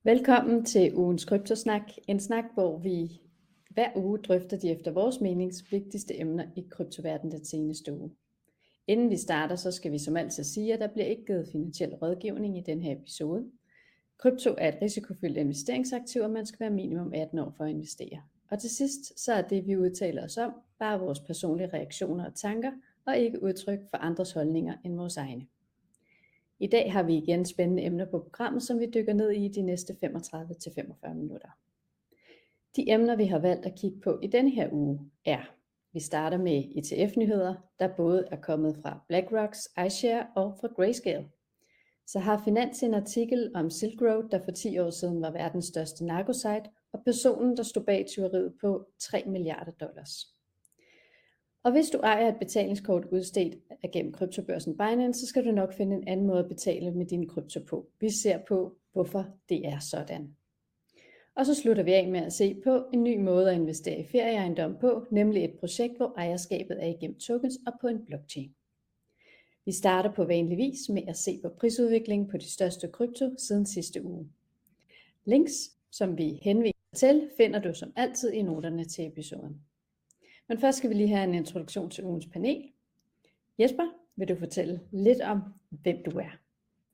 Velkommen til ugens Kryptosnak, en snak, hvor vi hver uge drøfter de efter vores menings vigtigste emner i kryptoverdenen den seneste uge. Inden vi starter, så skal vi som altid sige, at der bliver ikke givet finansiel rådgivning i den her episode. Krypto er et risikofyldt investeringsaktiv, og man skal være minimum 18 år for at investere. Og til sidst, så er det, vi udtaler os om, bare vores personlige reaktioner og tanker, og ikke udtryk for andres holdninger end vores egne. I dag har vi igen spændende emner på programmet, som vi dykker ned i de næste 35-45 minutter. De emner, vi har valgt at kigge på i denne her uge er: vi starter med ETF-nyheder, der både er kommet fra BlackRocks iShare og fra Grayscale. Så har Finans en artikel om Silk Road, der for 10 år siden var verdens største narkosite, og personen, der stod bag tyveriet på $3 milliarder. Og hvis du ejer et betalingskort udstedt gennem kryptobørsen Binance, så skal du nok finde en anden måde at betale med dine krypto på. Vi ser på, hvorfor det er sådan. Og så slutter vi af med at se på en ny måde at investere i ferieejendom på, nemlig et projekt, hvor ejerskabet er igennem tokens og på en blockchain. Vi starter på vanlig vis med at se på prisudviklingen på de største krypto siden sidste uge. Links, som vi henviser til, finder du som altid i noterne til episoden. Men først skal vi lige have en introduktion til ugens panel. Jesper, vil du fortælle lidt om, hvem du er?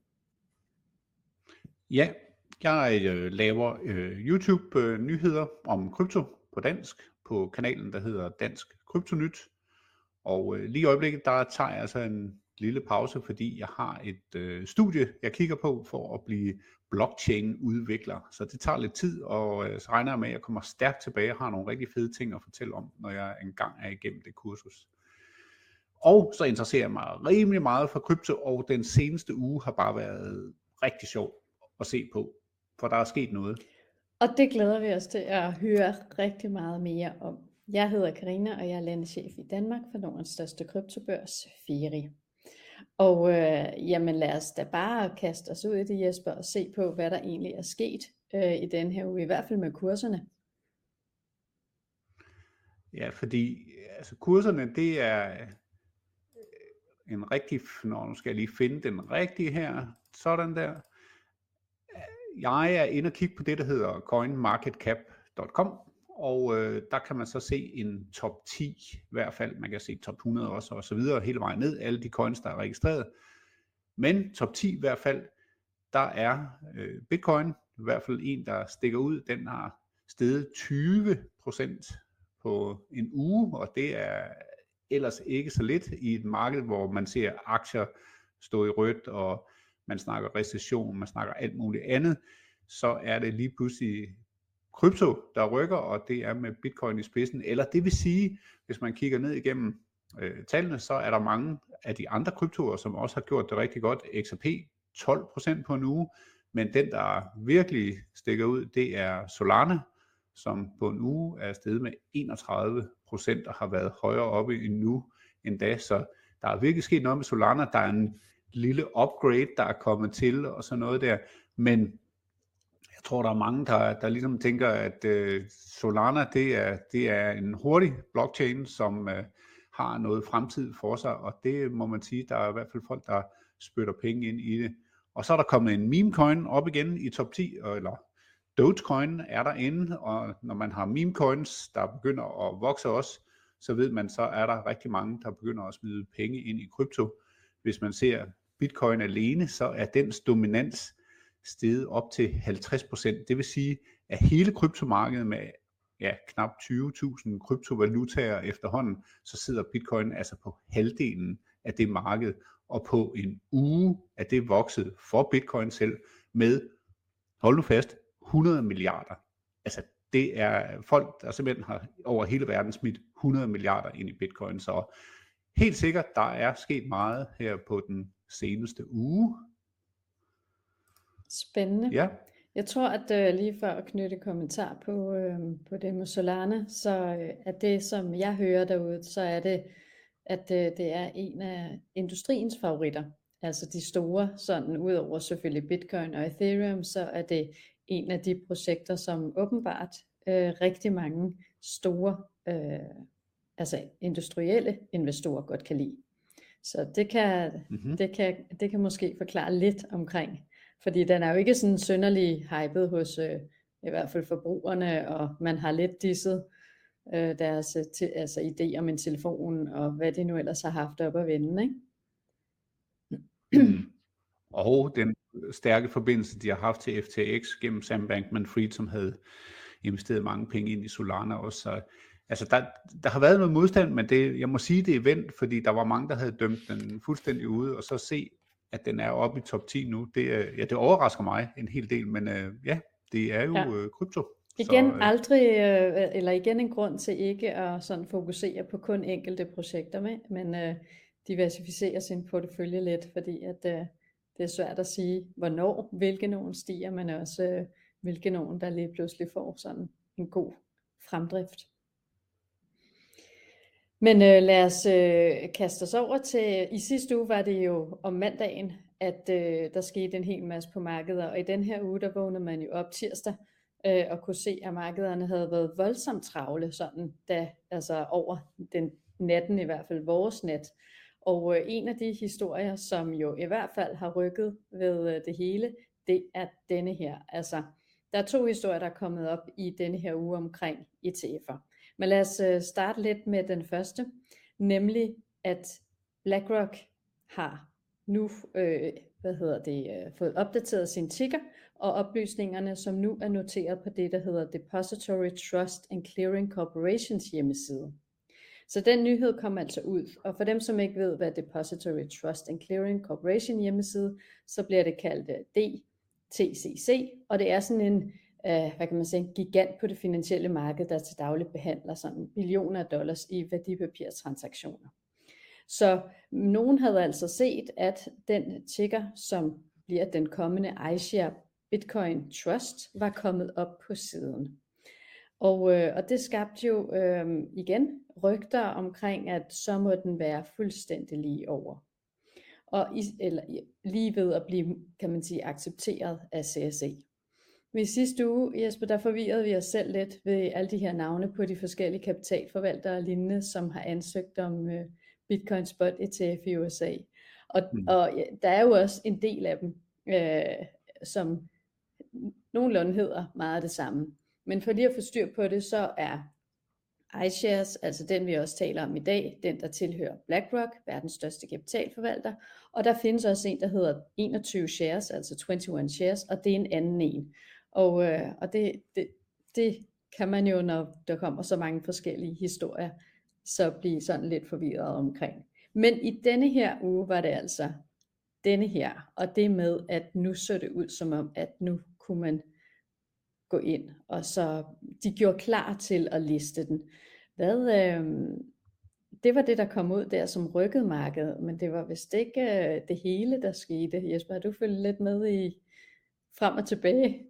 Ja, jeg laver YouTube-nyheder om krypto på dansk, på kanalen, der hedder Dansk Kryptonyt. Og lige i øjeblikket, der tager jeg altså en lille pause, fordi jeg har et studie, jeg kigger på for at blive blockchain-udvikler. Så det tager lidt tid, og så regner jeg med, at jeg kommer stærkt tilbage og har nogle rigtig fede ting at fortælle om, når jeg engang er igennem det kursus. Og så interesserer jeg mig rimelig meget for krypto, og den seneste uge har bare været rigtig sjov at se på, for der er sket noget. Og det glæder vi os til at høre rigtig meget mere om. Jeg hedder Karina, og jeg er landechef i Danmark for Nordens største kryptobørs, Feri. Og jamen lad os da bare kaste os ud i det, Jesper, og se på, hvad der egentlig er sket i den her uge, i hvert fald med kurserne. Ja, fordi altså, kurserne, det er en rigtig, nu skal jeg lige finde den rigtige her, sådan der. Jeg er inde og kigge på det, der hedder coinmarketcap.com, og der kan man så se en top 10, i hvert fald, man kan se top 100 også, og så videre, hele vejen ned, alle de coins, der er registreret. Men top 10 i hvert fald, der er Bitcoin, i hvert fald en, der stikker ud, den har steget 20% på en uge, og det er ellers ikke så lidt i et marked, hvor man ser aktier stå i rødt, og man snakker recession, man snakker alt muligt andet, så er det lige pludselig krypto, der rykker, og det er med Bitcoin i spidsen. Eller det vil sige, hvis man kigger ned igennem tallene, så er der mange af de andre kryptoer, som også har gjort det rigtig godt. XRP 12% på en uge, men den, der virkelig stikker ud, det er Solana, som på en uge er steget med 31% og har været højere oppe endnu endda. Så der er virkelig sket noget med Solana. Der er en lille upgrade, der er kommet til og sådan noget der. Men jeg tror, der er mange, der ligesom tænker, at Solana, det er en hurtig blockchain, som har noget fremtid for sig. Og det må man sige, der er i hvert fald folk, der spytter penge ind i det. Og så er der kommet en meme coin op igen i top 10, eller Dogecoin er derinde, og når man har meme coins, der begynder at vokse også, så ved man, så er der rigtig mange, der begynder at smide penge ind i krypto. Hvis man ser Bitcoin alene, så er dens dominans steget op til 50%. Det vil sige, at hele kryptomarkedet med knap 20.000 kryptovalutaer efterhånden, så sidder Bitcoin altså på halvdelen af det marked, og på en uge er det vokset for Bitcoin selv med, hold nu fast, 100 milliarder. Altså det er folk, der simpelthen har over hele verden smidt 100 milliarder ind i Bitcoin, så helt sikkert, der er sket meget her på den seneste uge. Spændende. Ja. Jeg tror, at lige for at knytte kommentar på det med Solana, så er det, som jeg hører derude, så er det, at det er en af industriens favoritter. Altså de store, sådan udover selvfølgelig Bitcoin og Ethereum, så er det en af de projekter, som åbenbart rigtig mange store altså industrielle investorer godt kan lide. Så det kan måske forklare lidt omkring Fordi den er jo ikke sådan synderlig hyped hos i hvert fald forbrugerne, og man har lidt disset deres altså idé om en telefon, og hvad de nu ellers har haft op at vende, ikke? Og den stærke forbindelse, de har haft til FTX gennem Sam Bankman-Fried, som havde investeret mange penge ind i Solana også. Så, altså der har været noget modstand, men jeg må sige, det er vendt, fordi der var mange, der havde dømt den fuldstændig ude, og så se, at den er oppe i top 10 nu, det overrasker mig en hel del, men det er jo krypto. Igen igen en grund til ikke at sådan fokusere på kun enkelte projekter, men diversificere sin portefølje lidt, fordi at det er svært at sige, hvornår, hvilke nogen stiger, men også hvilke nogen, der lige pludselig får sådan en god fremdrift. Men lad os kaste os over til, i sidste uge var det jo om mandagen, at der skete en hel masse på markedet, og i den her uge, der vågnede man jo op tirsdag, og kunne se, at markederne havde været voldsomt travle, sådan altså over den natten, i hvert fald vores nat. Og en af de historier, som jo i hvert fald har rykket ved det hele, det er denne her. Altså, der er 2 historier, der er kommet op i denne her uge omkring ETF'er. Men lad os starte lidt med den første, nemlig at BlackRock har nu fået opdateret sin ticker, og oplysningerne, som nu er noteret på det, der hedder Depository Trust and Clearing Corporations hjemmeside. Så den nyhed kom altså ud, og for dem, som ikke ved, hvad Depository Trust and Clearing Corporation hjemmeside, så bliver det kaldt DTCC, og det er sådan en en gigant på det finansielle marked, der til dagligt behandler sådan billioner af dollars i værdipapirstransaktioner. Så nogen havde altså set, at den ticker, som bliver den kommende iShare Bitcoin Trust, var kommet op på siden. Og det skabte jo igen rygter omkring, at så må den være fuldstændig lige over. Eller lige ved at blive, kan man sige, accepteret af CSE. I sidste uge, Jesper, der forvirrede vi os selv lidt ved alle de her navne på de forskellige kapitalforvaltere og lignende, som har ansøgt om Bitcoin Spot ETF i USA. Og der er jo også en del af dem, som nogenlunde hedder meget det samme. Men for lige at få styr på det, så er iShares, altså den vi også taler om i dag, den der tilhører BlackRock, verdens største kapitalforvalter, og der findes også en, der hedder 21 shares, altså 21 shares, og det er en anden en. Og det kan man jo, når der kommer så mange forskellige historier, så blive sådan lidt forvirret omkring. Men i denne her uge var det altså denne her, og det med, at nu så det ud som om, at nu kunne man gå ind, og så de gjorde klar til at liste den. Det var det, der kom ud der, som rykkede markedet, men det var vist ikke det hele, der skete. Jesper, har du følt lidt med i frem og tilbage?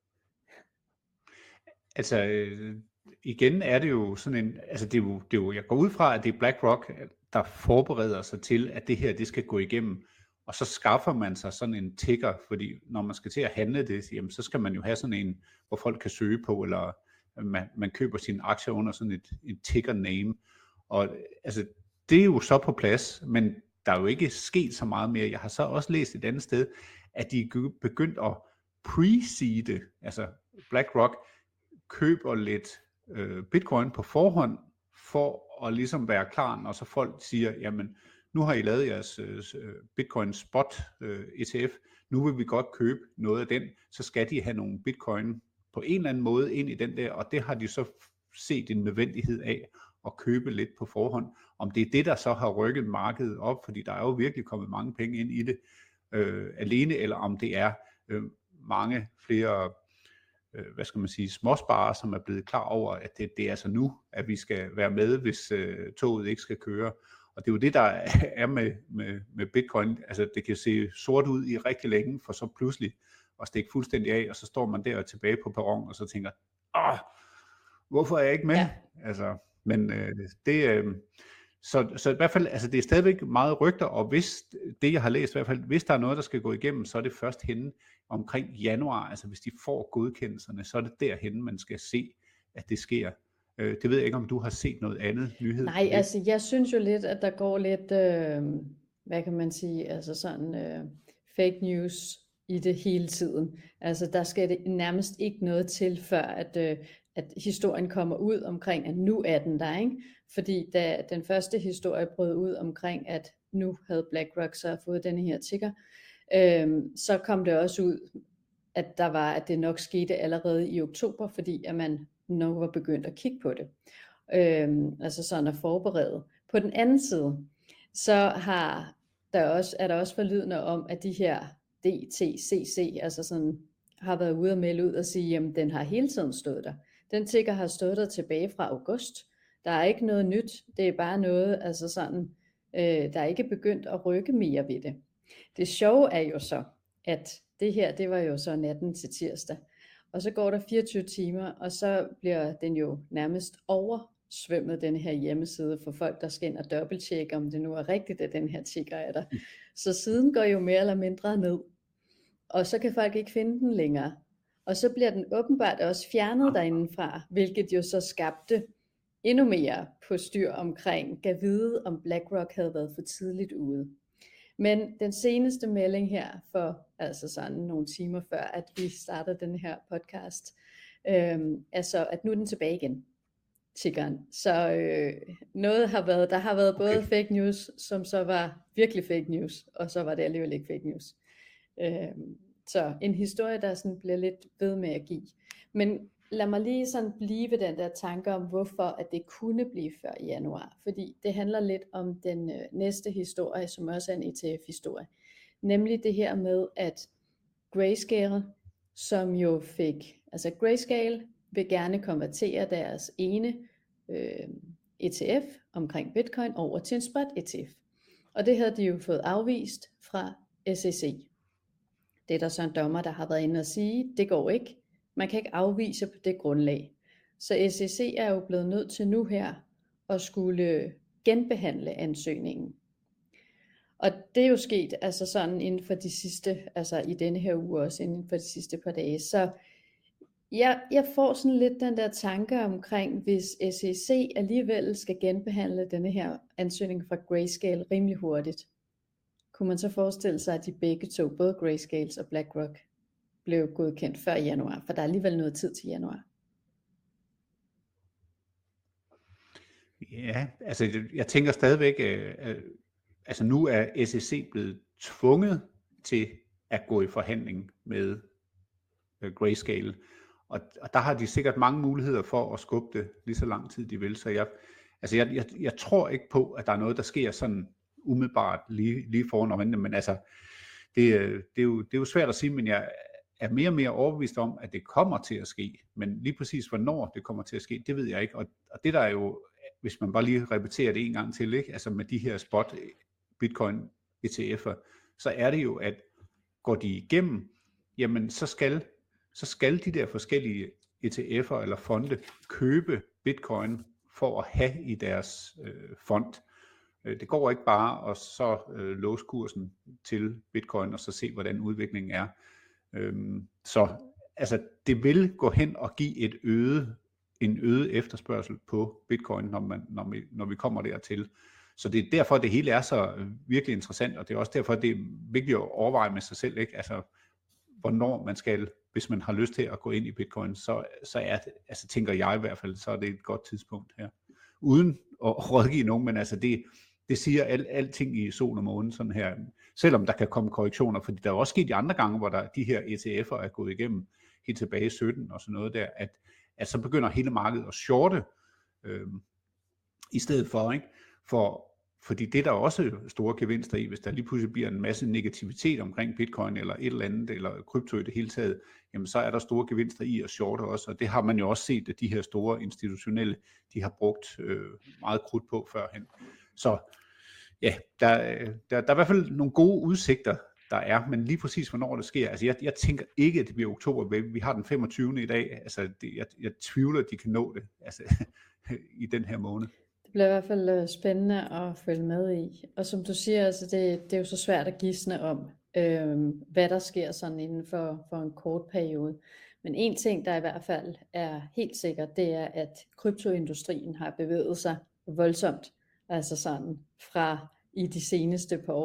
Altså, igen er det jo sådan en, altså det er jo, jeg går ud fra, at det er BlackRock, der forbereder sig til, at det her, det skal gå igennem, og så skaffer man sig sådan en ticker, fordi når man skal til at handle det, jamen, så skal man jo have sådan en, hvor folk kan søge på, eller man køber sine aktier under sådan et ticker name, og altså, det er jo så på plads, men der er jo ikke sket så meget mere. Jeg har så også læst et andet sted, at de er begyndt at pre-seede, altså BlackRock køber lidt bitcoin på forhånd, for at ligesom være klar, når så folk siger, jamen, nu har I lavet jeres bitcoin spot ETF, nu vil vi godt købe noget af den, så skal de have nogle bitcoin på en eller anden måde ind i den der, og det har de så set en nødvendighed af at købe lidt på forhånd. Om det er det, der så har rykket markedet op, fordi der er jo virkelig kommet mange penge ind i det alene, eller om det er mange flere småsparere, som er blevet klar over, at det er altså nu, at vi skal være med, hvis toget ikke skal køre. Og det er jo det, der er med Bitcoin. Altså det kan se sort ud i rigtig længe, for så pludselig at stikke fuldstændig af, og så står man der tilbage på perron, og så tænker, hvorfor er jeg ikke med? Ja. Altså, men så i hvert fald, altså det er stadigvæk meget rygter, og hvis det jeg har læst i hvert fald, hvis der er noget, der skal gå igennem, så er det først henne omkring januar, altså hvis de får godkendelserne, så er det derhenne, man skal se, at det sker. Det ved jeg ikke, om du har set noget andet nyhed. Nej, altså jeg synes jo lidt, at der går lidt, hvad kan man sige, altså sådan fake news i det hele tiden. Altså der skal det nærmest ikke noget til, før at historien kommer ud omkring, at nu er den der, ikke? Fordi da den første historie brød ud omkring, at nu havde BlackRock så fået denne her ticker, så kom det også ud, at det nok skete allerede i oktober, fordi at man nok var begyndt at kigge på det. Altså sådan at forberede. På den anden side, så er der også forlydende om, at de her DTCC, altså sådan, har været ude og melde ud og sige, jamen den har hele tiden stået der. Den ticker har stået der tilbage fra august. Der er ikke noget nyt, det er bare noget, altså sådan, der er ikke begyndt at rykke mere ved det. Det sjove er jo så, at det her, det var jo så natten til tirsdag, og så går der 24 timer, og så bliver den jo nærmest oversvømmet, den her hjemmeside, for folk, der skal ind og dobbelttjekke, om det nu er rigtigt, at den her ticker er der. Så siden går jo mere eller mindre ned, og så kan folk ikke finde den længere. Og så bliver den åbenbart også fjernet derindefra, hvilket jo så skabte endnu mere på styr omkring, gav vide, om BlackRock havde været for tidligt ude. Men den seneste melding her for altså sådan nogle timer før, at vi startede den her podcast, altså at nu er den tilbage igen, tiggeren. Så der har været både fake news, som så var virkelig fake news, og så var det alligevel ikke fake news. Så en historie, der sådan bliver lidt ved med at give. Men lad mig lige sådan blive ved den der tanke om, hvorfor at det kunne blive før i januar. Fordi det handler lidt om den næste historie, som også er en ETF-historie. Nemlig det her med, at Grayscale, som jo altså Grayscale vil gerne konvertere deres ene ETF omkring Bitcoin over til en spot ETF. Og det havde de jo fået afvist fra SEC. Det er der så en dommer, der har været inde og sige, det går ikke. Man kan ikke afvise på det grundlag. Så SEC er jo blevet nødt til nu her at skulle genbehandle ansøgningen. Og det er jo sket altså sådan inden for de sidste, altså i denne her uge også inden for de sidste par dage. Så jeg får sådan lidt den der tanke omkring, hvis SEC alligevel skal genbehandle denne her ansøgning fra Grayscale rimelig hurtigt. Kunne man så forestille sig, at de begge to, både Grayscales og BlackRock, blev godkendt før januar, for der er alligevel noget tid til januar. Ja, altså jeg tænker stadigvæk, altså nu er SEC blevet tvunget til at gå i forhandling med Grayscale, og der har de sikkert mange muligheder for at skubbe det lige så lang tid de vil, så jeg tror ikke på, at der er noget, der sker sådan umiddelbart lige foran øjnene, men altså det er jo svært at sige, men jeg er mere og mere overbevist om, at det kommer til at ske, men lige præcis hvornår det kommer til at ske, det ved jeg ikke, og det der er jo, hvis man bare lige repeterer det en gang til, ikke? Altså med de her spot Bitcoin ETF'er, så er det jo, at går de igennem, jamen så skal de der forskellige ETF'er eller fonde købe Bitcoin for at have i deres fond. Det går ikke bare at så låse kursen til Bitcoin og så se, hvordan udviklingen er. Så altså, det vil gå hen og give en øget efterspørgsel på Bitcoin, når vi kommer dertil. Så det er derfor, det hele er så virkelig interessant, og det er også derfor, det er vigtigt at overveje med sig selv, ikke? Altså, hvornår man skal, hvis man har lyst til at gå ind i Bitcoin, så er det, altså tænker jeg i hvert fald, så er det et godt tidspunkt her. Uden at rådgive nogen, men altså det siger alting i sol og måne sådan her, selvom der kan komme korrektioner, fordi der er også sket de andre gange, hvor de her ETF'er er gået igennem helt tilbage i 17 og sådan noget der, at så begynder hele markedet at shorte i stedet for, ikke? Fordi det er der også store gevinster i, hvis der lige pludselig bliver en masse negativitet omkring Bitcoin eller et eller andet, eller krypto i det hele taget, jamen så er der store gevinster i at shorte også, og det har man jo også set, at de her store institutionelle, de har brugt meget krudt på førhen. Så ja, der er i hvert fald nogle gode udsigter, der er, men lige præcis hvornår det sker, altså jeg tænker ikke, at det bliver oktober, vi har den 25. i dag, altså jeg tvivler, at de kan nå det, altså i den her måned. Det bliver i hvert fald spændende at følge med i, og som du siger, altså det er jo så svært at gisne om, hvad der sker sådan inden for en kort periode. Men en ting, der i hvert fald er helt sikkert, det er, at kryptoindustrien har bevæget sig voldsomt, altså sådan fra i de seneste par år.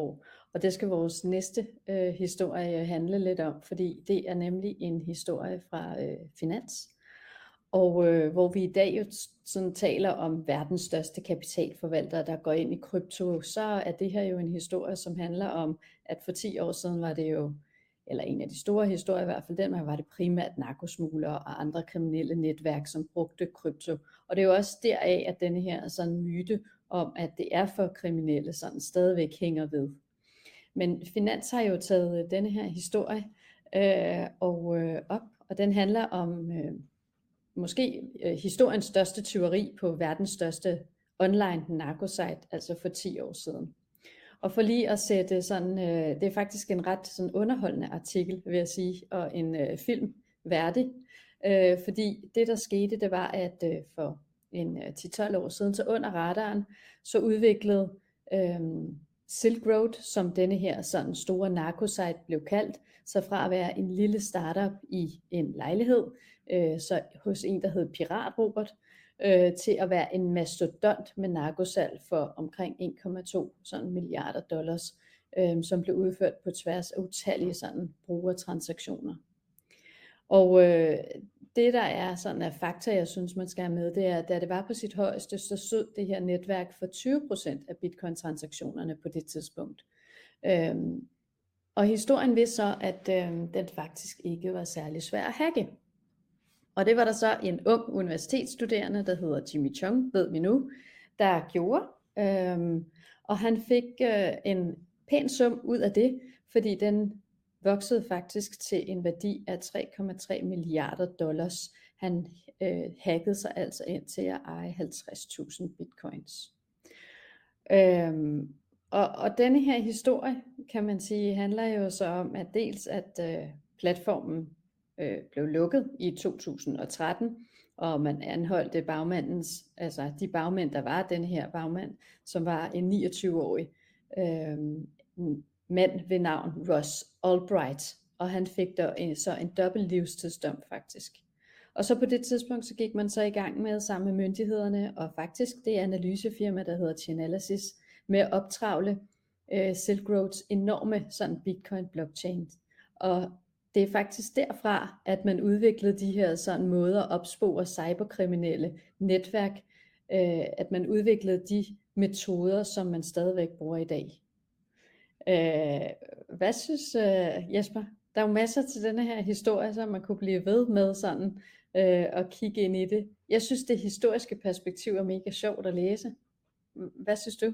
Og det skal vores næste historie handle lidt om, fordi det er nemlig en historie fra finans, og hvor vi i dag jo sådan taler om verdens største kapitalforvaltere, der går ind i krypto, så er det her jo en historie, som handler om, at for 10 år siden var det jo, eller en af de store historier i hvert fald, den var det primært narkosmuglere og andre kriminelle netværk, som brugte krypto. Og det er jo også deraf, at denne her sådan myte om, at det er for kriminelle, sådan stadigvæk hænger ved. Men Finans har jo taget denne her historie op, og den handler om måske historiens største tyveri på verdens største online narkosite, altså for 10 år siden. Og for lige at sætte sådan, det er faktisk en ret sådan underholdende artikel, vil jeg sige, og en film værdig, fordi det der skete, det var, at for en 10-12 år siden, så under radaren, så udviklede Silk Road, som denne her sådan store narkosite blev kaldt, så fra at være en lille startup i en lejlighed, så hos en, der hed Pirat Robert, til at være en mastodont med narkosalg for omkring 1,2 sådan milliarder dollars, som blev udført på tværs af utallige sådan brugertransaktioner. Og det der er sådan af fakta, jeg synes man skal have med, det er, at da det var på sit højeste, så stod det her netværk for 20% af bitcoin-transaktionerne på det tidspunkt. Og historien vidste så, at den faktisk ikke var særlig svær at hacke. Og det var der så en ung universitetsstuderende, der hedder Jimmy Chung, ved vi nu, der gjorde. Og han fik en pæn sum ud af det, fordi den voksede faktisk til en værdi af 3,3 milliarder dollars. Han hackede sig altså ind til at eje 50.000 bitcoins. Og denne her historie, kan man sige, handler jo så om, at dels at platformen blev lukket i 2013, og man anholdte bagmandens, altså de bagmænd, der var den her bagmand, som var en 29-årig mand ved navn Ross Albright, og han fik der så en dobbelt livstidsdom faktisk. Og så på det tidspunkt, så gik man så i gang med sammen med myndighederne, og faktisk det analysefirma, der hedder Chainalysis, med at optravle Silk Roads enorme sådan Bitcoin blockchain. Og det er faktisk derfra, at man udviklede de her sådan måder at opspore cyberkriminelle netværk, at man udviklede de metoder, som man stadigvæk bruger i dag. Hvad synes Jesper? Der er jo masser til denne her historie, så man kunne blive ved med sådan og kigge ind i det. Jeg synes, det historiske perspektiv er mega sjovt at læse. Hvad synes du?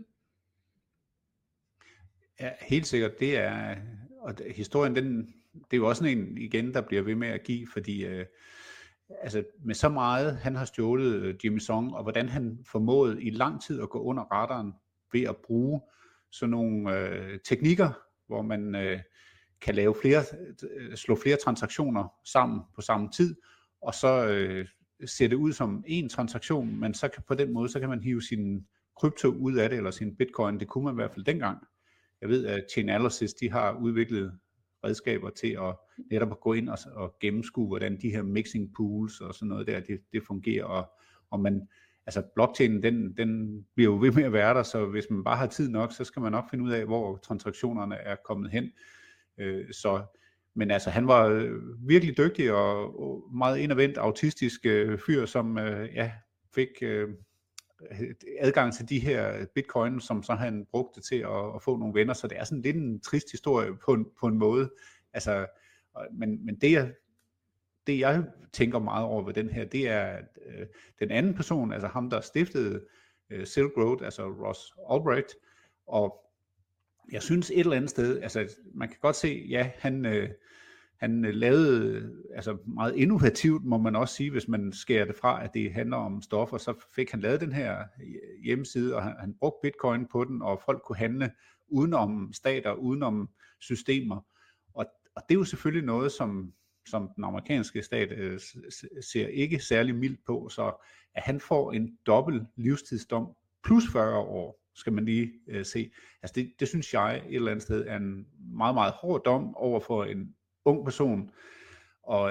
Ja, helt sikkert. Det er, og historien, det er jo også sådan en igen, der bliver ved med at give, fordi altså med så meget, han har stjålet Jimmy Song, og hvordan han formåede i lang tid at gå under radaren ved at bruge sådan nogle teknikker, hvor man kan lave slå flere transaktioner sammen på samme tid, og så ser det ud som en transaktion, men så kan, på den måde, så kan man hive sin krypto ud af det, eller sin bitcoin. Det kunne man i hvert fald dengang. Jeg ved, at Chainalysis, de har udviklet redskaber til at netop at gå ind og gennemskue, hvordan de her mixing pools og sådan noget der, det fungerer, og man, altså blockchainen, den bliver jo ved med at være der, så hvis man bare har tid nok, så skal man nok finde ud af, hvor transaktionerne er kommet hen. Men altså, han var virkelig dygtig og meget indadvendt autistisk fyr, som fik adgang til de her bitcoin, som så han brugte til at få nogle venner, så det er sådan lidt en trist historie på en måde. Altså, men det jeg tænker meget over ved den her, det er den anden person, altså ham der stiftede Silk Road, altså Ross Albright, og jeg synes et eller andet sted, altså man kan godt se, ja, han lavede altså meget innovativt, må man også sige, hvis man skærer det fra, at det handler om stoffer, så fik han lavet den her hjemmeside, og han brugte bitcoin på den, og folk kunne handle udenom stater, udenom systemer, og det er jo selvfølgelig noget, som den amerikanske stat ser ikke særlig mildt på, så at han får en dobbelt livstidsdom plus 40 år, skal man lige se. Altså det synes jeg et eller andet sted er en meget, meget hård dom over for en ung person, og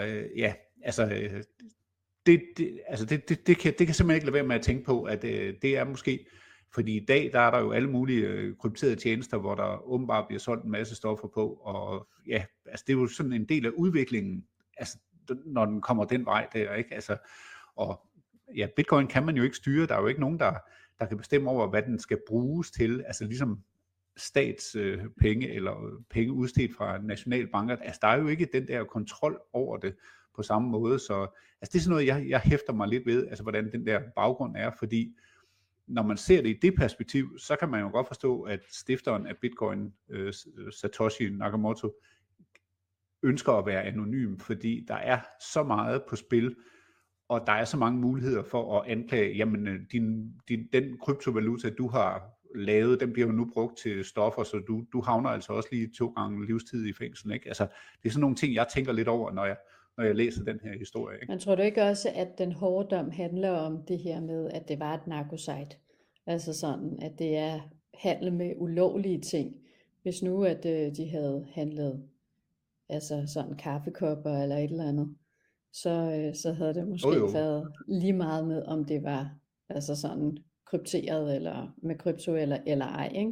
det kan simpelthen ikke lade være med at tænke på, at det er måske Fordi i dag, der er der jo alle mulige krypterede tjenester, hvor der åbenbart bliver solgt en masse stoffer på, og ja, altså det er jo sådan en del af udviklingen, altså når den kommer den vej der, ikke? Altså, og ja, Bitcoin kan man jo ikke styre, der er jo ikke nogen, der kan bestemme over, hvad den skal bruges til, altså ligesom statspenge eller penge udstedt fra nationalbanker, altså der er jo ikke den der kontrol over det på samme måde, så altså det er sådan noget, jeg hæfter mig lidt ved, altså hvordan den der baggrund er, fordi når man ser det i det perspektiv, så kan man jo godt forstå, at stifteren af Bitcoin, Satoshi Nakamoto, ønsker at være anonym, fordi der er så meget på spil, og der er så mange muligheder for at anklage, jamen den kryptovaluta, du har lavet, den bliver jo nu brugt til stoffer, så du havner altså også lige 2 gange livstid i fængsel, ikke? Altså, det er sådan nogle ting, jeg tænker lidt over, når jeg læser den her historie, ikke? Men tror du ikke også, at den hårde dom handler om det her med, at det var et narkosite? Altså sådan, at det er handel med ulovlige ting. Hvis nu, at de havde handlet altså sådan kaffekopper eller et eller andet, så havde det måske Jo. været lige meget med, om det var altså sådan krypteret eller med krypto eller ej, ikke?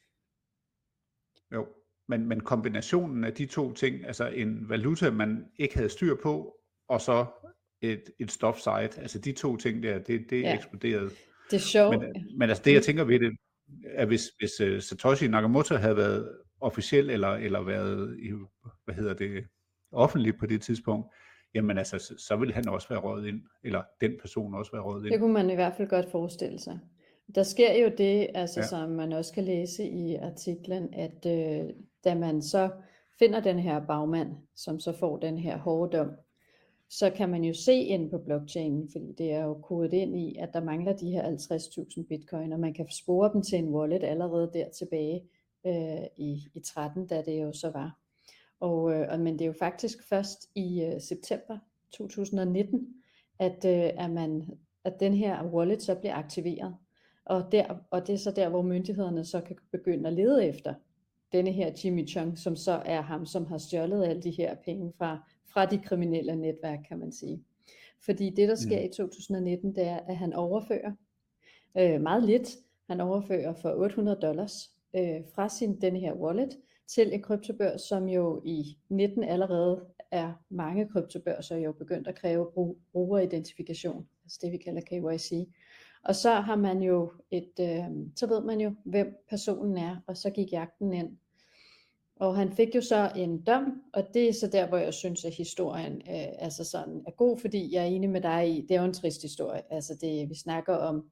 Jo, men kombinationen af de to ting, altså en valuta, man ikke havde styr på, og så et stofsite, altså de to ting der, det Ja, eksploderede. det er sjovt. Men altså det, jeg tænker ved det, er hvis Satoshi Nakamoto havde været officiel, eller været offentlig på det tidspunkt, jamen altså, så ville han også være røget ind, eller den person også være røget ind. Det kunne man i hvert fald godt forestille sig. Der sker jo det, altså, Ja. som man også kan læse i artiklen, at da man så finder den her bagmand, som så får den her hårde dom, så kan man jo se ind på blockchainen, fordi det er jo kodet ind i, at der mangler de her 50.000 bitcoin, og man kan spore dem til en wallet allerede der tilbage i 13, da det jo så var. Men det er jo faktisk først i september 2019, at den her wallet så bliver aktiveret. Og det er så der, hvor myndighederne så kan begynde at lede efter denne her Jimmy Chung, som så er ham, som har stjålet alle de her penge fra de kriminelle netværk, kan man sige. Fordi det, der sker i 2019, det er, at han overfører meget lidt. Han overfører for $800 fra denne her wallet til en kryptobørs, som jo i 19 allerede er mange kryptobørser jo begyndt at kræve brugeridentifikation, altså det vi kalder KYC. Og så har man jo så ved man jo, hvem personen er, og så gik jagten ind. Og han fik jo så en dom, og det er så der, hvor jeg synes, at historien altså sådan er god, fordi jeg er enig med dig i, det er jo en trist historie. Altså vi snakker om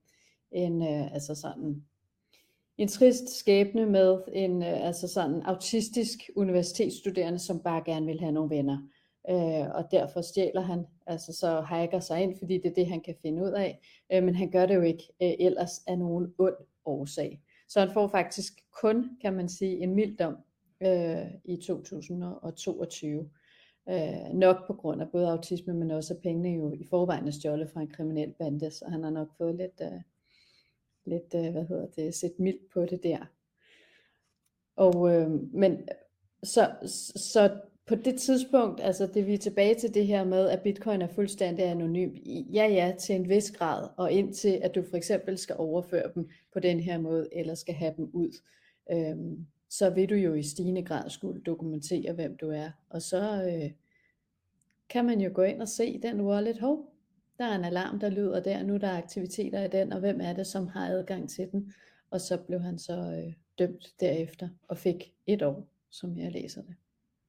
en trist skæbne med en altså sådan autistisk universitetsstuderende, som bare gerne vil have nogle venner. Og derfor stjæler han, altså så hacker sig ind, fordi det er det, han kan finde ud af. Men han gør det jo ikke ellers af nogen ond årsag. Så han får faktisk kun, kan man sige, en mild dom i 2022. Nok på grund af både autisme, men også at pengene jo i forvejen er stjålet fra en kriminel bande, så han har nok fået lidt set mildt på det der. Og men så på det tidspunkt, altså det vi er tilbage til det her med, at bitcoin er fuldstændig anonym, ja, til en vis grad, og indtil at du for eksempel skal overføre dem på den her måde, eller skal have dem ud, så vil du jo i stigende grad skulle dokumentere, hvem du er, og så kan man jo gå ind og se den wallet, der er en alarm, der lyder der, nu der er aktiviteter i den, og hvem er det, som har adgang til den, og så blev han så dømt derefter, og fik 1 år, som jeg læser det.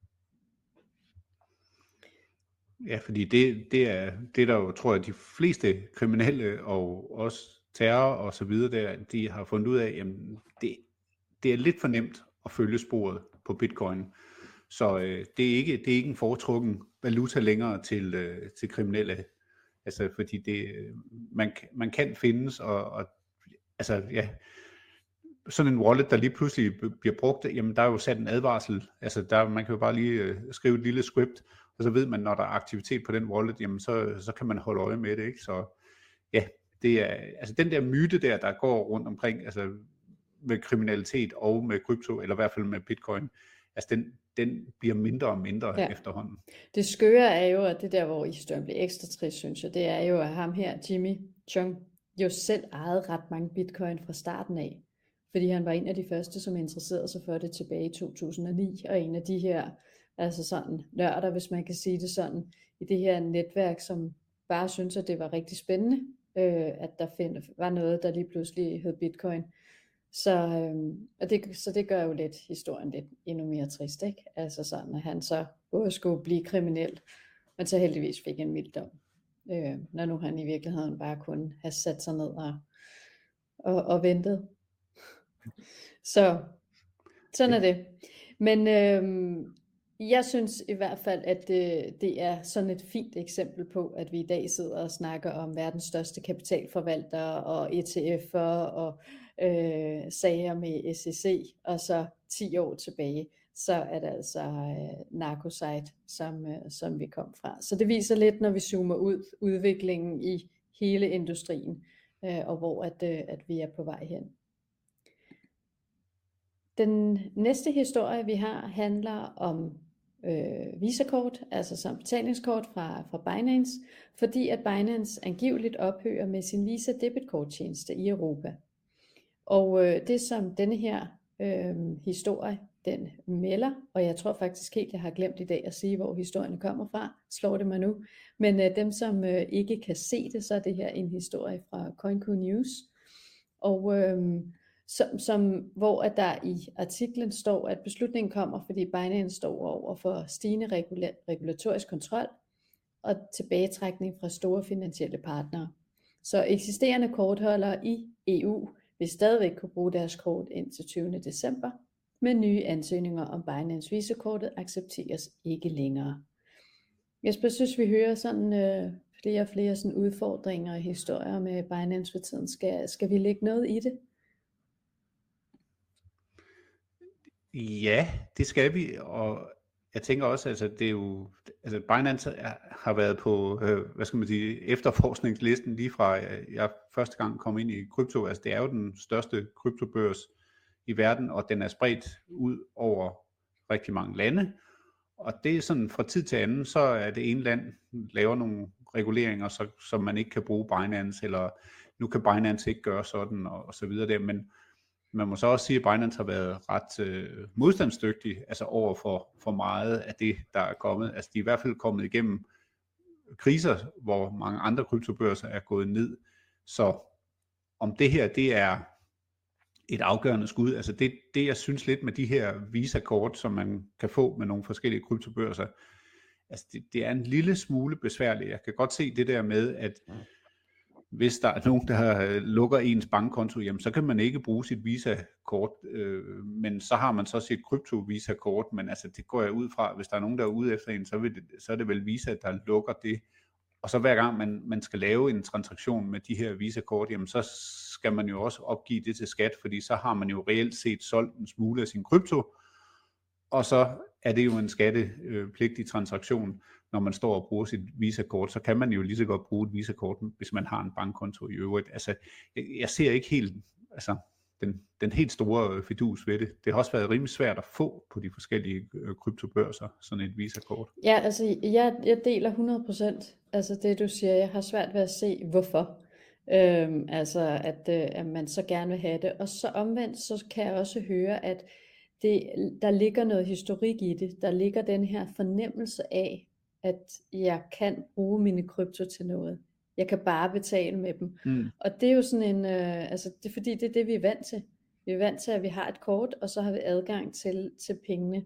Ja, fordi det er der jo, tror jeg, de fleste kriminelle og også terror og så videre der, de har fundet ud af, jamen det er lidt for nemt at følge sporet på bitcoin. Så det er ikke en foretrukken valuta længere til kriminelle. Altså fordi man kan findes, og altså ja, sådan en wallet, der lige pludselig bliver brugt, jamen der er jo sat en advarsel. Altså man kan jo bare lige skrive et lille script, og så ved man, når der er aktivitet på den wallet, jamen så kan man holde øje med det, ikke? Så ja, det er altså den der myte der går rundt omkring, altså med kriminalitet og med krypto, eller i hvert fald med bitcoin, altså den bliver mindre og mindre efterhånden. Det skøre er jo, at det der, hvor historien bliver ekstra trist, synes jeg, det er jo, at ham her, Jimmy Chung, jo selv ejede ret mange bitcoin fra starten af, fordi han var en af de første, som interesserede sig for det tilbage i 2009, og en af de her, altså sådan nørder, hvis man kan sige det sådan, i det her netværk, som bare synes, at det var rigtig spændende, at der var noget, der lige pludselig hed bitcoin. Så det gør jo lidt historien lidt endnu mere trist, ikke? Altså sådan, at han så både skulle blive kriminel, men så heldigvis fik en mild dom. Når nu han i virkeligheden bare kunne have sat sig ned og ventet. Så sådan er det. Men jeg synes i hvert fald, at det er sådan et fint eksempel på, at vi i dag sidder og snakker om verdens største kapitalforvaltere og ETF'er og sager med SEC, og så 10 år tilbage, så er det altså Narcosite, som vi kom fra. Så det viser lidt, når vi zoomer ud, udviklingen i hele industrien, og hvor at vi er på vej hen. Den næste historie, vi har, handler om Visa-kort, altså som betalingskort fra Binance, fordi at Binance angiveligt ophører med sin Visa debitkorttjeneste i Europa. Og det som denne her historie, den melder, og jeg tror faktisk helt, jeg har glemt i dag at sige, hvor historien kommer fra, slår det mig nu, men dem som ikke kan se det, så er det her en historie fra CoinQ News, og hvor at der i artiklen står, at beslutningen kommer, fordi Binance står over for stigende regulatorisk kontrol og tilbagetrækning fra store finansielle partnere. Så eksisterende kortholdere i EU vil stadigvæk kunne bruge deres kort indtil 20. december, men nye ansøgninger om Binance Visa-kortet accepteres ikke længere. Jeg synes, vi hører sådan flere og flere sådan udfordringer og historier med Binance for tiden. Skal vi lægge noget i det? Ja, det skal vi, og jeg tænker også, altså det er jo, altså Binance har været på, hvad skal man sige, efterforskningslisten lige fra jeg første gang kom ind i krypto. Altså det er jo den største kryptobørs i verden, og den er spredt ud over rigtig mange lande. Og det er sådan fra tid til anden, så er det ene land laver nogle reguleringer, så man ikke kan bruge Binance, eller nu kan Binance ikke gøre sådan, og så videre der, men man må så også sige, at Binance har været ret modstandsdygtig, altså over for meget af det, der er kommet. Altså de er i hvert fald kommet igennem kriser, hvor mange andre kryptobørser er gået ned. Så om det her, det er et afgørende skud, altså det jeg synes lidt med de her Visa-kort, som man kan få med nogle forskellige kryptobørser, altså det er en lille smule besværligt. Jeg kan godt se det der med, at hvis der er nogen, der lukker ens bankkonto, jamen, så kan man ikke bruge sit Visa-kort, men så har man så sit krypto-Visa-kort, men altså det går jeg ud fra, hvis der er nogen, der er ude efter en, så er det vel Visa, der lukker det. Og så hver gang man skal lave en transaktion med de her Visa-kort, jamen så skal man jo også opgive det til skat, fordi så har man jo reelt set solgt en smule af sin krypto, og så er det jo en skattepligtig transaktion. Når man står og bruger sit Visa-kort, så kan man jo lige så godt bruge et Visa-kort, hvis man har en bankkonto i øvrigt. Altså, jeg ser ikke helt den helt store fidus ved det. Det har også været rimelig svært at få på de forskellige kryptobørser, sådan et Visa-kort. Ja, altså jeg deler 100%, altså det du siger. Jeg har svært ved at se, hvorfor. Altså at man så gerne vil have det. Og så omvendt, så kan jeg også høre, at der ligger noget historik i det. Der ligger den her fornemmelse af, at jeg kan bruge mine krypto til noget. Jeg kan bare betale med dem. Og det er jo sådan en, altså det er fordi, det er det, vi er vant til. Vi er vant til, at vi har et kort, og så har vi adgang til pengene.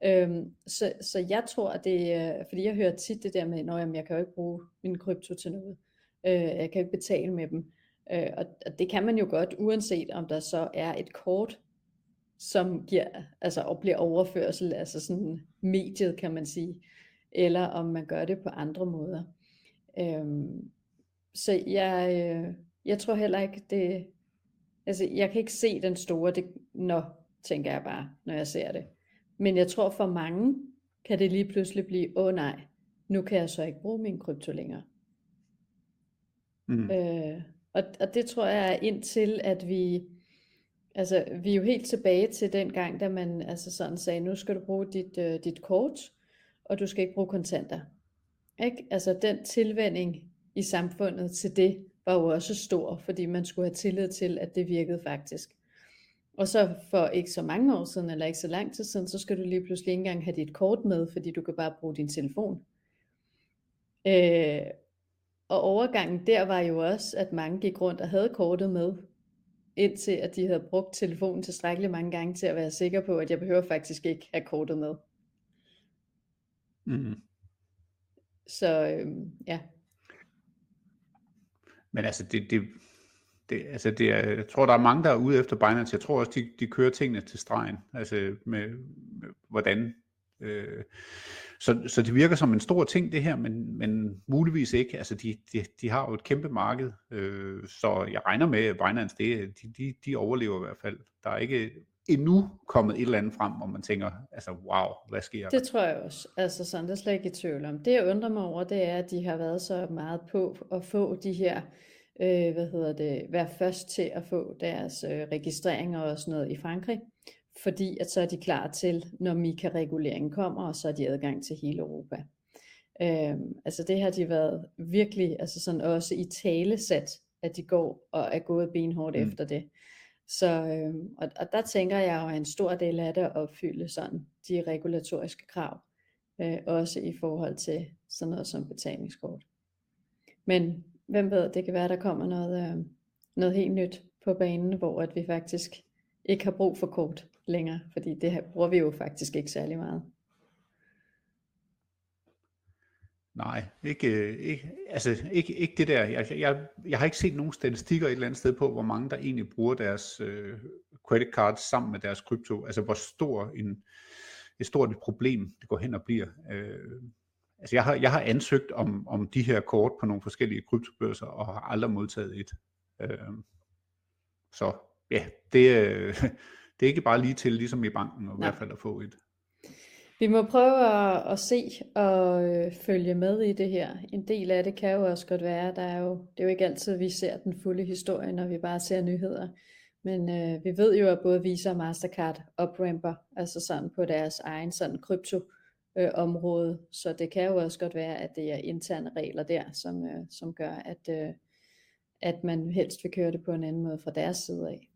Så jeg tror, at det, fordi jeg hører tit det der med, at jeg kan jo ikke bruge min krypto til noget. Jeg kan ikke betale med dem. Og det kan man jo godt, uanset om der så er et kort, som giver, altså og bliver overførsel, altså sådan mediet, kan man sige, eller om man gør det på andre måder. Så jeg tror heller ikke det, altså jeg kan ikke se den store, tænker jeg bare, når jeg ser det. Men jeg tror for mange, kan det lige pludselig blive, nej, nu kan jeg så ikke bruge min krypto længere. Og det tror jeg er indtil, at vi er jo helt tilbage til den gang, da man altså sådan sagde, nu skal du bruge dit kort, og du skal ikke bruge kontanter. Ikke? Altså den tilvænning i samfundet til det, var jo også stor, fordi man skulle have tillid til, at det virkede faktisk. Og så for ikke så mange år siden, eller ikke så lang tid siden, så skal du lige pludselig ikke engang have dit kort med, fordi du kan bare bruge din telefon. Og overgangen der var jo også, at mange gik rundt og havde kortet med, indtil at de havde brugt telefonen tilstrækkeligt mange gange til at være sikker på, at jeg behøver faktisk ikke have kortet med. Mm. Så ja. Men altså, jeg tror, der er mange, der er ude efter Binance. Jeg tror også, de kører tingene til stregen. Altså med hvordan. Så det virker som en stor ting, det her, men muligvis ikke. Altså, de har jo et kæmpe marked. Så jeg regner med, at Binance, de overlever i hvert fald. Der er ikke endnu kommet et eller andet frem, hvor man tænker, altså wow, hvad sker der? Det tror jeg også. Altså sådan, det er slet ikke i tvivl om. Det jeg undrer mig over, det er, at de har været så meget på at få de her, være først til at få deres registreringer og sådan noget i Frankrig, fordi at så er de klar til, når MiCA-reguleringen kommer, og så er de adgang til hele Europa. Altså det har de været virkelig, altså sådan også i talesæt, at de går og er gået benhårdt efter det. Så, og der tænker jeg jo, at en stor del af det at opfylde sådan de regulatoriske krav, også i forhold til sådan noget som betalingskort. Men hvem ved, det kan være, der kommer noget helt nyt på banen, hvor at vi faktisk ikke har brug for kort længere, fordi det her bruger vi jo faktisk ikke særlig meget. Nej, ikke det der. Jeg har ikke set nogen statistikker et eller andet sted på, hvor mange der egentlig bruger deres credit cards sammen med deres krypto. Altså hvor et stort et problem det går hen og bliver. Altså jeg har ansøgt om de her kort på nogle forskellige kryptobørser og har aldrig modtaget et. Så ja, det er ikke bare lige til, ligesom i banken, og i hvert fald at få et. Vi må prøve at se og følge med i det her. En del af det kan jo også godt være, det er jo ikke altid, vi ser den fulde historie, når vi bare ser nyheder. Men vi ved jo, at både Visa og Mastercard opramper, altså sådan på deres egen sådan krypto-område. Så det kan jo også godt være, at det er interne regler der, som gør, at man helst vil køre det på en anden måde fra deres side af.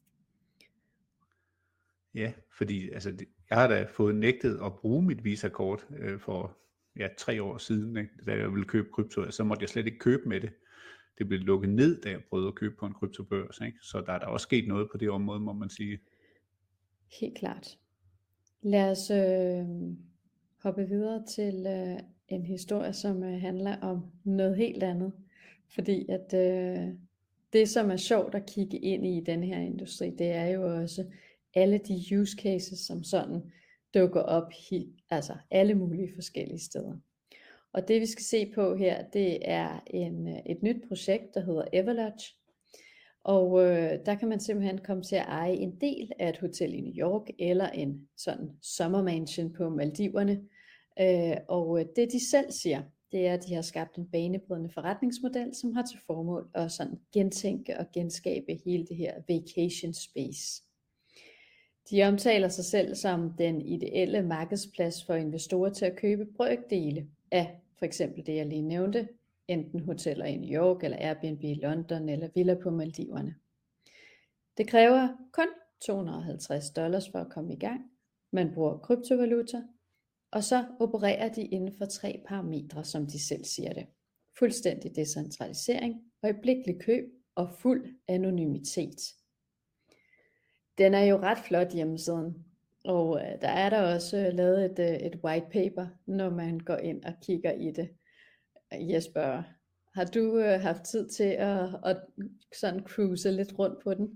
Ja, fordi altså, jeg har da fået nægtet at bruge mit Visa-kort for 3 år siden, ikke? Da jeg ville købe krypto, så måtte jeg slet ikke købe med det. Det blev lukket ned, da jeg prøvede at købe på en kryptobørs, ikke? Så der er der også sket noget på det område, må man sige. Helt klart. Lad os hoppe videre til en historie, som handler om noget helt andet. Fordi at det, som er sjovt at kigge ind i den her industri, det er jo også alle de use cases, som sådan dukker op altså alle mulige forskellige steder. Og det vi skal se på her, det er et nyt projekt, der hedder Everlodge. Og der kan man simpelthen komme til at eje en del af et hotel i New York, eller en sådan sommermansion på Maldiverne. Og det de selv siger, det er, at de har skabt en banebrydende forretningsmodel, som har til formål at sådan gentænke og genskabe hele det her vacation space. De omtaler sig selv som den ideelle markedsplads for investorer til at købe brøkdele af for eksempel det, jeg lige nævnte, enten hoteller i New York, eller Airbnb i London, eller villa på Maldiverne. Det kræver kun $250 for at komme i gang. Man bruger kryptovaluta, og så opererer de inden for 3 parametre, som de selv siger det. Fuldstændig decentralisering, øjeblikkelig køb og fuld anonymitet. Den er jo ret flot hjemmesiden, og der er der også lavet et white paper, når man går ind og kigger i det. Jesper, har du haft tid til at sådan cruise lidt rundt på den?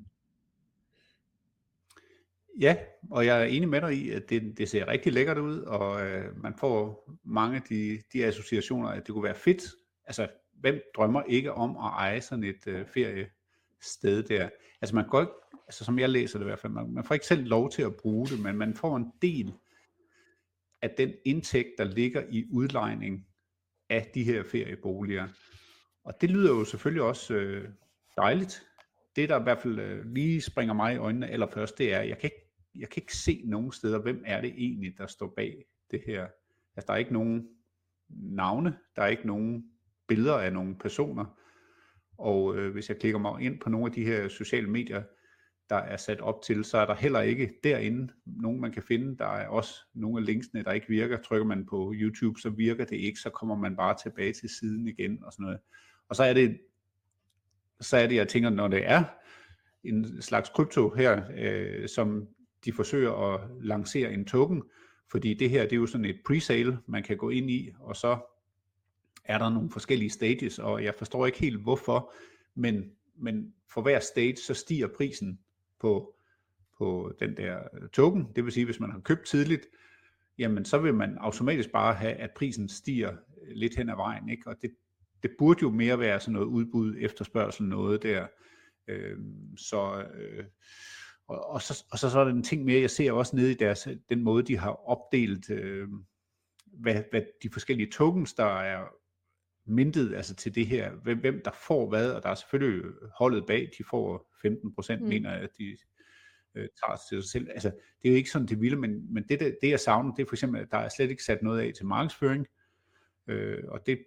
Ja, og jeg er enig med dig i, at det ser rigtig lækkert ud, og man får mange af de associationer, at det kunne være fedt. Altså, hvem drømmer ikke om at eje sådan et feriested der? Altså, man går ikke, altså som jeg læser det i hvert fald, man får ikke selv lov til at bruge det, men man får en del af den indtægt, der ligger i udlejning af de her ferieboliger. Og det lyder jo selvfølgelig også dejligt. Det, der i hvert fald lige springer mig i øjnene allerførst, det er, at jeg kan ikke se nogen steder, hvem er det egentlig, der står bag det her. Altså, der er ikke nogen navne, der er ikke nogen billeder af nogle personer. Og hvis jeg klikker mig ind på nogle af de her sociale medier, der er sat op til, så er der heller ikke derinde nogen, man kan finde. Der er også nogle af linksene, der ikke virker. Trykker man på YouTube, så virker det ikke, så kommer man bare tilbage til siden igen og sådan noget. Og så er det, jeg tænker, når det er en slags krypto her, som de forsøger at lancere en token, fordi det her, det er jo sådan et pre-sale, man kan gå ind i, og så er der nogle forskellige stages, og jeg forstår ikke helt hvorfor, men for hver stage, så stiger prisen på den der token. Det vil sige, hvis man har købt tidligt, jamen så vil man automatisk bare have, at prisen stiger lidt hen ad vejen, ikke? Og det burde jo mere være sådan noget udbud, efterspørgsel, noget der. Og så er der en ting mere, jeg ser også nede i den måde, de har opdelt, hvad de forskellige tokens, der er mintet altså til det her, hvem der får hvad, og der er selvfølgelig holdet bag, de får 15%, mener jeg, at de tager til sig selv. Altså, det er jo ikke sådan det vilde, men det jeg savner, det er for eksempel, at der er slet ikke sat noget af til markedsføring, og det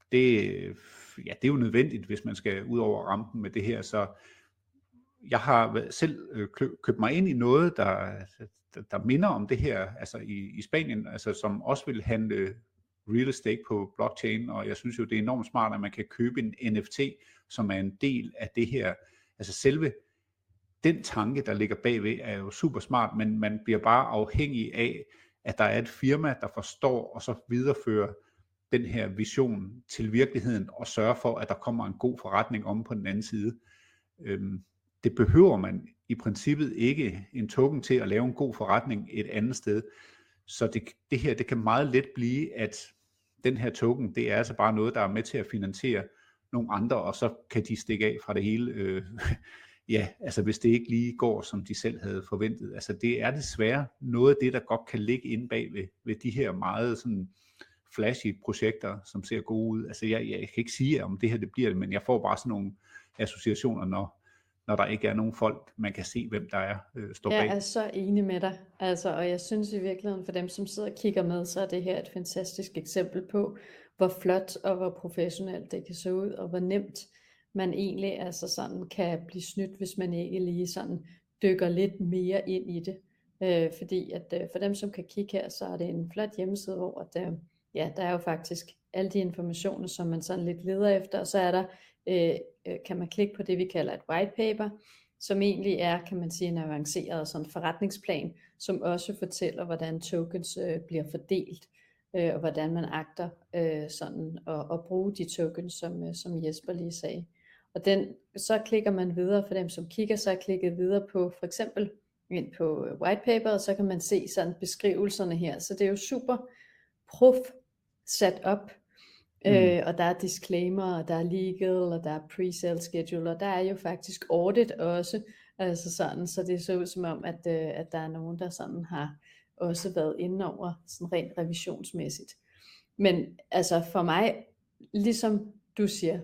er jo nødvendigt, hvis man skal ud over rampen med det her, så jeg har selv købt mig ind i noget, der minder om det her, altså i Spanien, altså som også vil handle real estate på blockchain, og jeg synes jo, det er enormt smart, at man kan købe en NFT, som er en del af det her. Altså selve den tanke, der ligger bagved, er jo super smart, men man bliver bare afhængig af, at der er et firma, der forstår og så viderefører den her vision til virkeligheden, og sørger for, at der kommer en god forretning om på den anden side. Det behøver man i princippet ikke en token til at lave en god forretning et andet sted. Så det her, det kan meget let blive, at den her token, det er altså bare noget, der er med til at finansiere nogle andre, og så kan de stikke af fra det hele. Ja, altså hvis det ikke lige går, som de selv havde forventet. Altså det er desværre noget af det, der godt kan ligge inde bag ved de her meget sådan flashy projekter, som ser gode ud. Altså jeg kan ikke sige, om det her det bliver det, men jeg får bare sådan nogle associationer, når der ikke er nogen folk, man kan se, hvem der er står bag. Jeg er så enig med dig, altså, og jeg synes i virkeligheden, for dem, som sidder og kigger med, så er det her et fantastisk eksempel på, hvor flot og hvor professionelt det kan se ud, og hvor nemt man egentlig altså sådan kan blive snydt, hvis man ikke lige sådan dykker lidt mere ind i det. Fordi at for dem, som kan kigge her, så er det en flot hjemmeside, hvor at, der er jo faktisk alle de informationer, som man sådan lidt leder efter, og så er der, kan man klikke på det, vi kalder et white paper, som egentlig er, kan man sige, en avanceret sådan forretningsplan, som også fortæller, hvordan tokens bliver fordelt, og hvordan man agter sådan at bruge de tokens, som Jesper lige sagde. Og så klikker man videre, for dem som kigger, så er klikket videre på for eksempel ind på white paper, og så kan man se sådan beskrivelserne her, så det er jo super prof sat op, og der er disclaimer, og der er legal, og der er pre-sale schedule, og der er jo faktisk audit også, altså sådan, så det så ud som om, at der er nogen, der sådan har også været inde over, sådan rent revisionsmæssigt. Men altså for mig, ligesom du siger,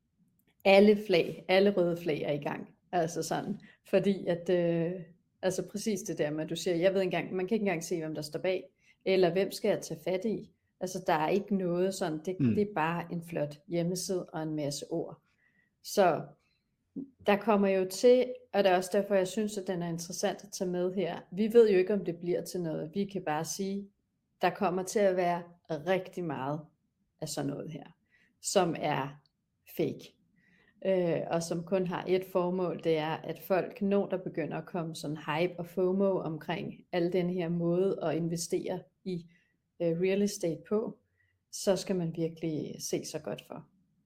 alle røde flag er i gang, altså sådan, fordi at, altså præcis det der med, at du siger, jeg ved ikke engang, man kan ikke engang se, hvem der står bag, eller hvem skal jeg tage fat i. Altså der er ikke noget sådan, det er bare en flot hjemmeside og en masse ord. Så der kommer jo til, og det er også derfor, jeg synes, at den er interessant at tage med her. Vi ved jo ikke, om det bliver til noget. Vi kan bare sige, der kommer til at være rigtig meget af sådan noget her, som er fake. Og som kun har et formål, det er, at folk, når der begynder at komme sådan hype og FOMO omkring al den her måde at investere i real estate på, så skal man virkelig se sig godt for.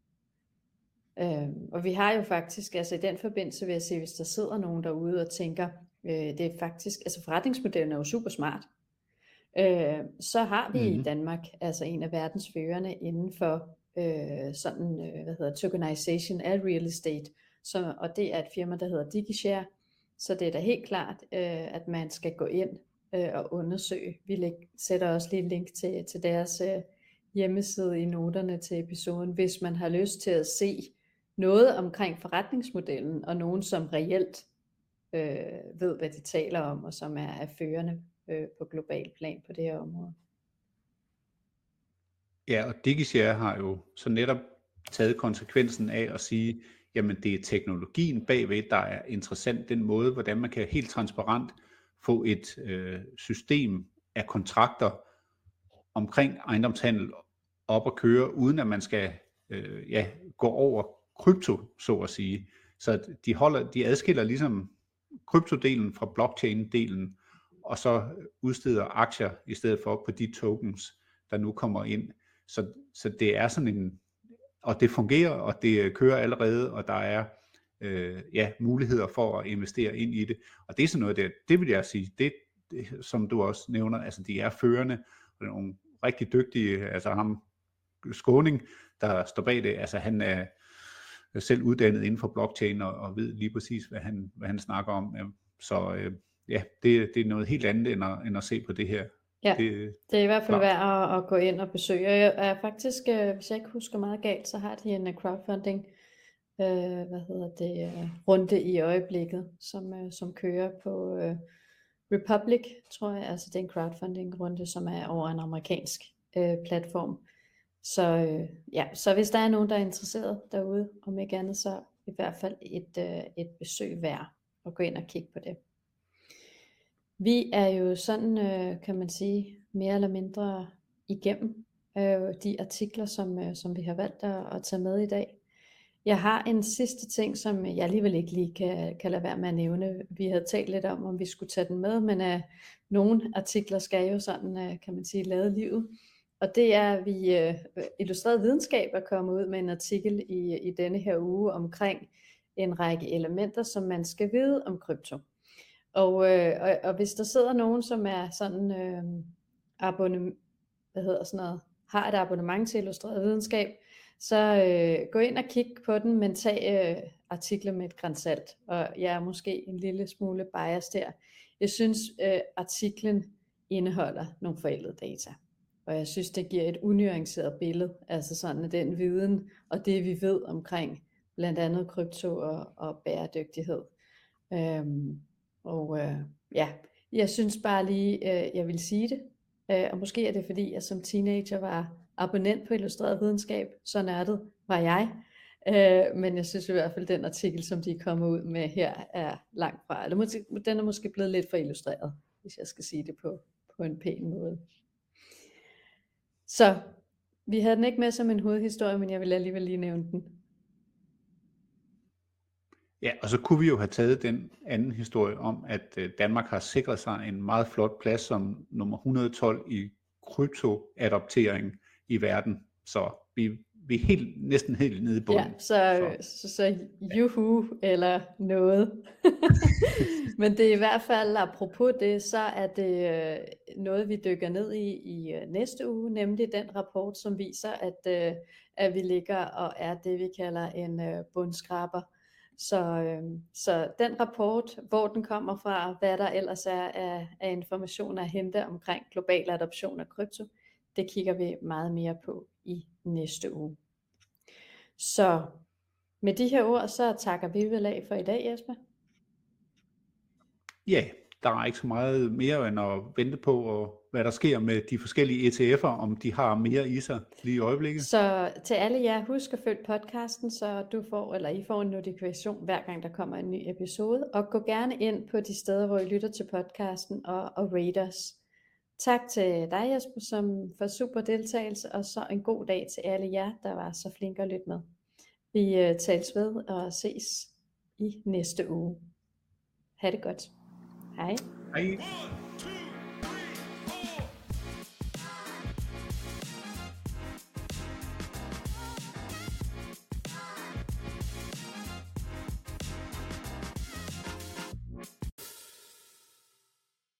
Og vi har jo faktisk, altså i den forbindelse vil jeg sige, hvis der sidder nogen derude og tænker, det er faktisk, altså forretningsmodellen er jo super smart, så har vi i Danmark altså en af verdens førende inden for tokenization af real estate, og det er et firma, der hedder DigiShare, så det er da helt klart, at man skal gå ind og undersøge. Vi sætter også lige et link til deres hjemmeside i noterne til episoden, hvis man har lyst til at se noget omkring forretningsmodellen, og nogen som reelt ved, hvad de taler om, og som er førende på global plan på det her område. Ja, og DigiShare har jo så netop taget konsekvensen af at sige, jamen det er teknologien bagved, der er interessant, den måde, hvordan man kan helt transparent få et system af kontrakter omkring ejendomshandel op at køre, uden at man skal gå over krypto, så at sige. Så de adskiller ligesom kryptodelen fra blockchain-delen, og så udsteder aktier i stedet for på de tokens, der nu kommer ind. Så det er sådan en, og det fungerer, og det kører allerede, og der er muligheder for at investere ind i det. Og det er sådan noget, det vil jeg sige, det som du også nævner, altså de er førende, og nogle rigtig dygtige, altså ham Skåning, der står bag det, altså han er selv uddannet inden for blockchain, og ved lige præcis, hvad han snakker om. Så det er noget helt andet, end at se på det her. Ja, det er i hvert fald værd at gå ind og besøge. Jeg er faktisk, hvis jeg ikke husker meget galt, så har de en crowdfunding runde i øjeblikket, som kører på Republic, tror jeg. Altså det er en crowdfunding runde, som er over en amerikansk platform. Så hvis der er nogen, der er interesseret derude, om ikke andet, så i hvert fald et besøg værd at gå ind og kigge på det. Vi er jo sådan, kan man sige, mere eller mindre igennem de artikler, som vi har valgt at tage med i dag. Jeg har en sidste ting, som jeg alligevel ikke lige kan lade være med at nævne. Vi havde talt lidt om vi skulle tage den med, men nogle artikler skal jo sådan, kan man sige, lade livet. Og det er, at vi Illustreret Videnskab er kommet ud med en artikel i denne her uge omkring en række elementer, som man skal vide om krypto. Og hvis der sidder nogen, som er sådan har et abonnement til Illustreret Videnskab, så gå ind og kig på den, men tag artikler med et gran salt. Og jeg er måske en lille smule biased der. Jeg synes, artiklen indeholder nogle forældede data. Og jeg synes, det giver et unuanceret billede, altså sådan den viden og det vi ved omkring blandt andet krypto og bæredygtighed. Jeg synes bare lige, jeg vil sige det. Og måske er det fordi, jeg som teenager var abonnent på Illustreret Videnskab, så nørdet var jeg. Men jeg synes i hvert fald, den artikel, som de er kommet ud med her, er langt fra. Eller den er måske blevet lidt for illustreret, hvis jeg skal sige det på en pæn måde. Så vi havde den ikke med som en hovedhistorie, men jeg vil alligevel lige nævne den. Ja, og så kunne vi jo have taget den anden historie om, at Danmark har sikret sig en meget flot plads som nummer 112 i kryptoadoptering i verden. Så vi er næsten helt nede i bunden. Ja, så juhu eller noget. Men det er i hvert fald, apropos det, så er det noget, vi dykker ned i næste uge, nemlig den rapport, som viser, at vi ligger og er det, vi kalder en bundskraber. Så den rapport, hvor den kommer fra, hvad der ellers er af information at hente omkring global adoption af krypto, det kigger vi meget mere på i næste uge. Så med de her ord, så takker vi vel af for i dag, Jesper. Ja, der er ikke så meget mere end at vente på, hvad der sker med de forskellige ETF'er, om de har mere i sig lige i øjeblikket. Så til alle jer, husk at følge podcasten, så I får en notifikation hver gang der kommer en ny episode. Og gå gerne ind på de steder, hvor I lytter til podcasten og rate os. Tak til dig, Jesper, for super deltagelse, og så en god dag til alle jer, der var så flinke at lytte med. Vi tales ved og ses i næste uge. Ha' det godt. Hej. Hej.